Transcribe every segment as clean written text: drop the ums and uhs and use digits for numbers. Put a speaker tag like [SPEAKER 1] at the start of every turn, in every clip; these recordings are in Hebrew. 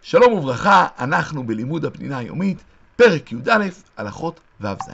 [SPEAKER 1] שלום וברכה, אנחנו בלימוד הפנינה היומית, פרק י"א, הלכות ו"ז.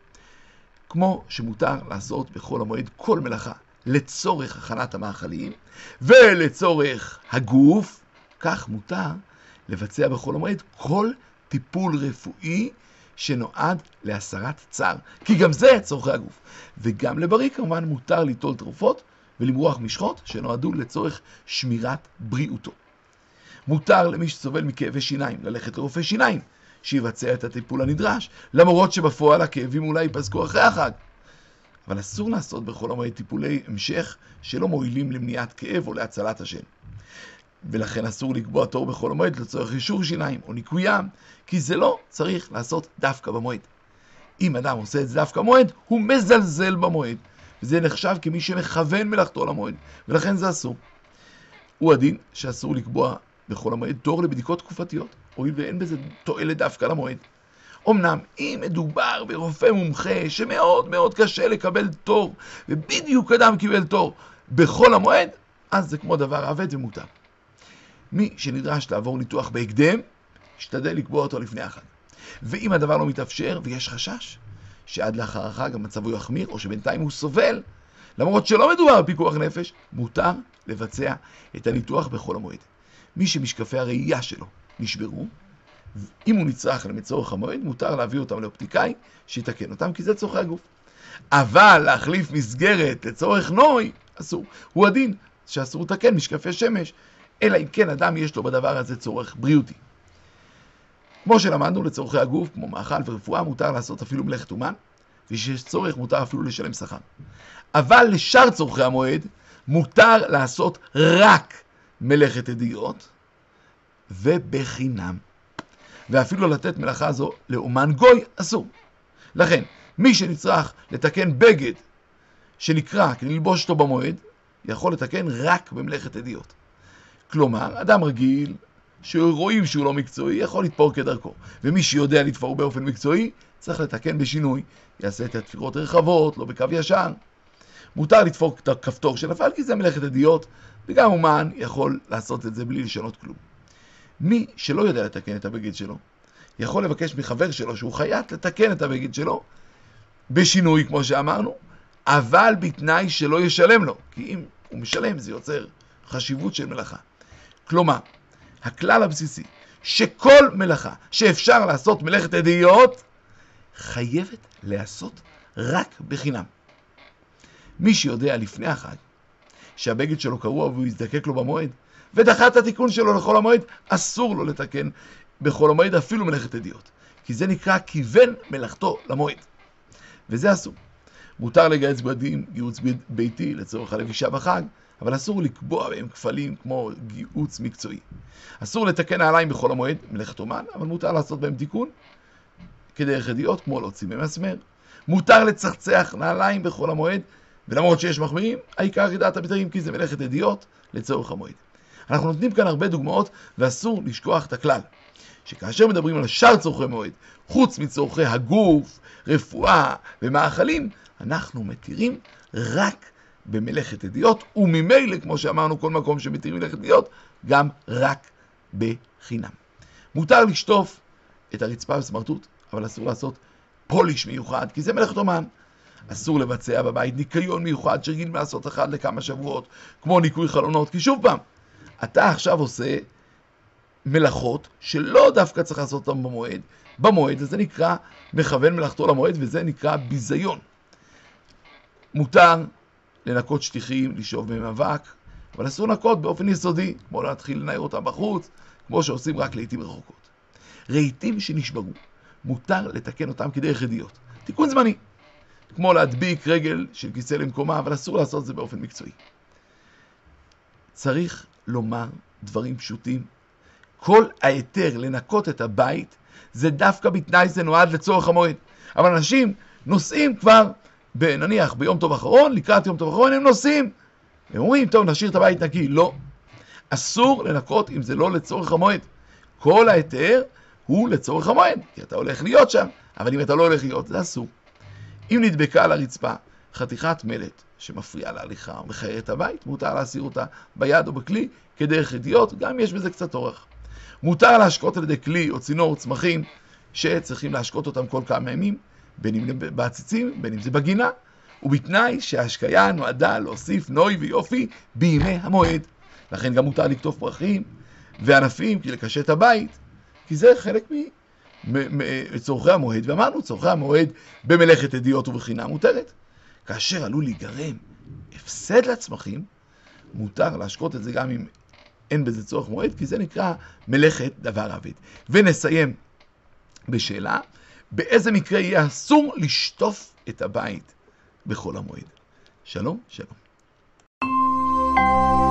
[SPEAKER 1] כמו שמותר לעשות בחול המועד כל מלאכה לצורך הכנת המאכלים ולצורך הגוף, כך מותר לבצע בחול המועד כל טיפול רפואי שנועד להסרת צער, כי גם זה צורכי הגוף. וגם לבריא כמובן מותר ליטול תרופות ולמרוח משחות שנועדו לצורך שמירת בריאותו. מותר למי שסובל מכאבי שיניים ללכת לרופא שיניים שיבצע את הטיפול הנדרש, למרות שבפועל הכאבים אולי ייפסקו אחרי החג. אבל אסור לעשות בחול המועד טיפולי המשך שלא מועילים למניעת כאב או להצלת השן. ולכן אסור לקבוע תור בחול המועד לצורך אישור שיניים או ניקויים, כי זה לא צריך לעשות דווקא במועד. אם אדם עושה את זה דווקא במועד, הוא מזלזל במועד, וזה נחשב כמי שמכוון מלאכתו למועד, ולכן זה אסור. הוא הדין שאסור לקבוע בחול המועד תור לבדיקות תקופתיות, הואיל ואין בזה תועלת דווקא למועד. אמנם אם מדובר ברופא מומחה שמאוד מאוד קשה לקבל תור, ובדיוק אדם קיבל תור בחול המועד, אז זה כמו דבר עבד ומותר. מי שנדרש לעבור ניתוח בהקדם, ישתדל לקבוע אותו לפני החג. ואם הדבר לא מתאפשר ויש חשש שעד לאחר החג המצב הוא יחמיר, או שבינתיים הוא סובל, למרות שלא מדובר בפיקוח נפש, מותר לבצע את הניתוח בחול המועד. מי שמשקפי הראייה שלו נשברו, אם הוא נצרך לצורך המועד, מותר להביא אותם לאופטיקאי שיתקן אותם, כי זה צורכי הגוף. אבל להחליף מסגרת לצורך נוי, אסור. הוא הדין שאסור לתקן משקפי שמש, אלא אם כן אדם יש לו בדבר הזה צורך בריאותי. כמו שלמדנו, לצורכי הגוף, כמו מאכל ורפואה, מותר לעשות אפילו מלאכת אומן, ושיש צורך מותר אפילו לשלם שכר. אבל לשאר צורכי המועד, מותר לעשות רק מלאכת עדיות, ובחינם. ואפילו לתת מלאכה זו לאומן גוי אסור. לכן, מי שנצרך לתקן בגד שנקרא כדי ללבוש אותו במועד, יכול לתקן רק במלאכת עדיות. כלומר, אדם רגיל שרואים שהוא לא מקצועי יכול לתפור כדרכו. ומי שיודע לתפור באופן מקצועי צריך לתקן בשינוי. יעשה את התפירות רחבות, לא בקו ישר. מותר לתפור את הכפתור שנפל כי זה מלאכת עדיות, וגם אומן יכול לעשות את זה בלי לשנות כלום. מי שלא יודע לתקן את הבגד שלו, יכול לבקש מחבר שלו שהוא חייט לתקן את הבגד שלו, בשינוי כמו שאמרנו, אבל בתנאי שלא ישלם לו, כי אם הוא משלם זה יוצר חשיבות של מלאכה. כלומר, הכלל הבסיסי, שכל מלאכה שאפשר לעשות מלאכת עדיות, חייבת לעשות רק בחינם. מי שיודע לפני החג שהבגד שלו קרוע והוא יזדקק לו במועד, ודחה את התיקון שלו לחול המועד, אסור לו לתקן בחול המועד אפילו מלאכת עדיות, כי זה נקרא כיוון מלאכתו למועד, וזה אסור. מותר לגייס בגדים גיהוץ ביתי לצורך הלבישה בחג, אבל אסור לקבוע בהם כפלים כמו גיהוץ מקצועי. אסור לתקן נעליים בחול המועד, מלאכת אומן, אבל מותר לעשות בהם תיקון כדרך עדיות, כמו להוציא ממסמר. מותר לצחצח נעליים בחול המועד, ולמרות שיש מחמירים, העיקר ידעת הביתרים, כי זה מלאכת עדיות לצורך המועד. אנחנו נותנים כאן הרבה דוגמאות, ואסור לשכוח את הכלל, שכאשר מדברים על שאר צורכי מועד, חוץ מצורכי הגוף, רפואה ומאכלים, אנחנו מתירים רק במלאכת עדיות, וממילא, כמו שאמרנו, כל מקום שמתירים מלאכת עדיות, גם רק בחינם. מותר לשטוף את הרצפה בסמרטוט, אבל אסור לעשות פוליש מיוחד, כי זה מלאכת אומן. אסור לבצע בבית ניקיון מיוחד שרגילים לעשות אחד לכמה שבועות, כמו ניקוי חלונות, כי שוב פעם, אתה עכשיו עושה מלאכות שלא דווקא צריך לעשות אותם במועד. במועד הזה נקרא מכוון מלאכתו למועד, וזה נקרא ביזיון. מותר לנקות שטיחים, לשאוב בהם אבק, אבל אסור לנקות באופן יסודי, כמו להתחיל לנער אותם בחוץ, כמו שעושים רק לעתים רחוקות. רהיטים שנשברו, מותר לתקן אותם כדרך עדיות. תיקון זמני, כמו להדביק רגל של כיסא למקומה, אבל אסור לעשות את זה באופן מקצועי. צריך לומר דברים פשוטים. כל היתר לנקות את הבית זה דווקא בתנאי זה נועד לצורך המועד. אבל אנשים נוסעים כבר, נניח ביום טוב אחרון, לקראת יום טוב אחרון הם נוסעים. הם אומרים, טוב, נשאיר את הבית נקי. לא. אסור לנקות אם זה לא לצורך המועד. כל היתר הוא לצורך המועד, כי אתה הולך להיות שם. אבל אם אתה לא הולך להיות, זה אסור. אם נדבקה על הרצפה חתיכת מלט שמפריעה להליכה או מחיירת את הבית, מותר להסיר אותה ביד או בכלי כדרך עדיות, גם אם יש בזה קצת אורך. מותר להשקות על ידי כלי או צינור צמחים שצריכים להשקות אותם כל כמה ימים, בין אם בעציצים, בין אם זה בגינה, ובתנאי שההשקיה נועדה להוסיף נוי ויופי בימי המועד. לכן גם מותר לקטוף פרחים וענפים, כי לקשט את הבית, כי זה חלק מצורכי המועד, ואמרנו, צורכי המועד במלאכת עדיות ובחינה מותרת. כאשר עלול להיגרם הפסד לצמחים, מותר להשקות את זה גם אם אין בזה צורך מועד, כי זה נקרא מלאכת דבר עבד. ונסיים בשאלה, באיזה מקרה יהיה אסור לשטוף את הבית בחול המועד? שלום, שלום.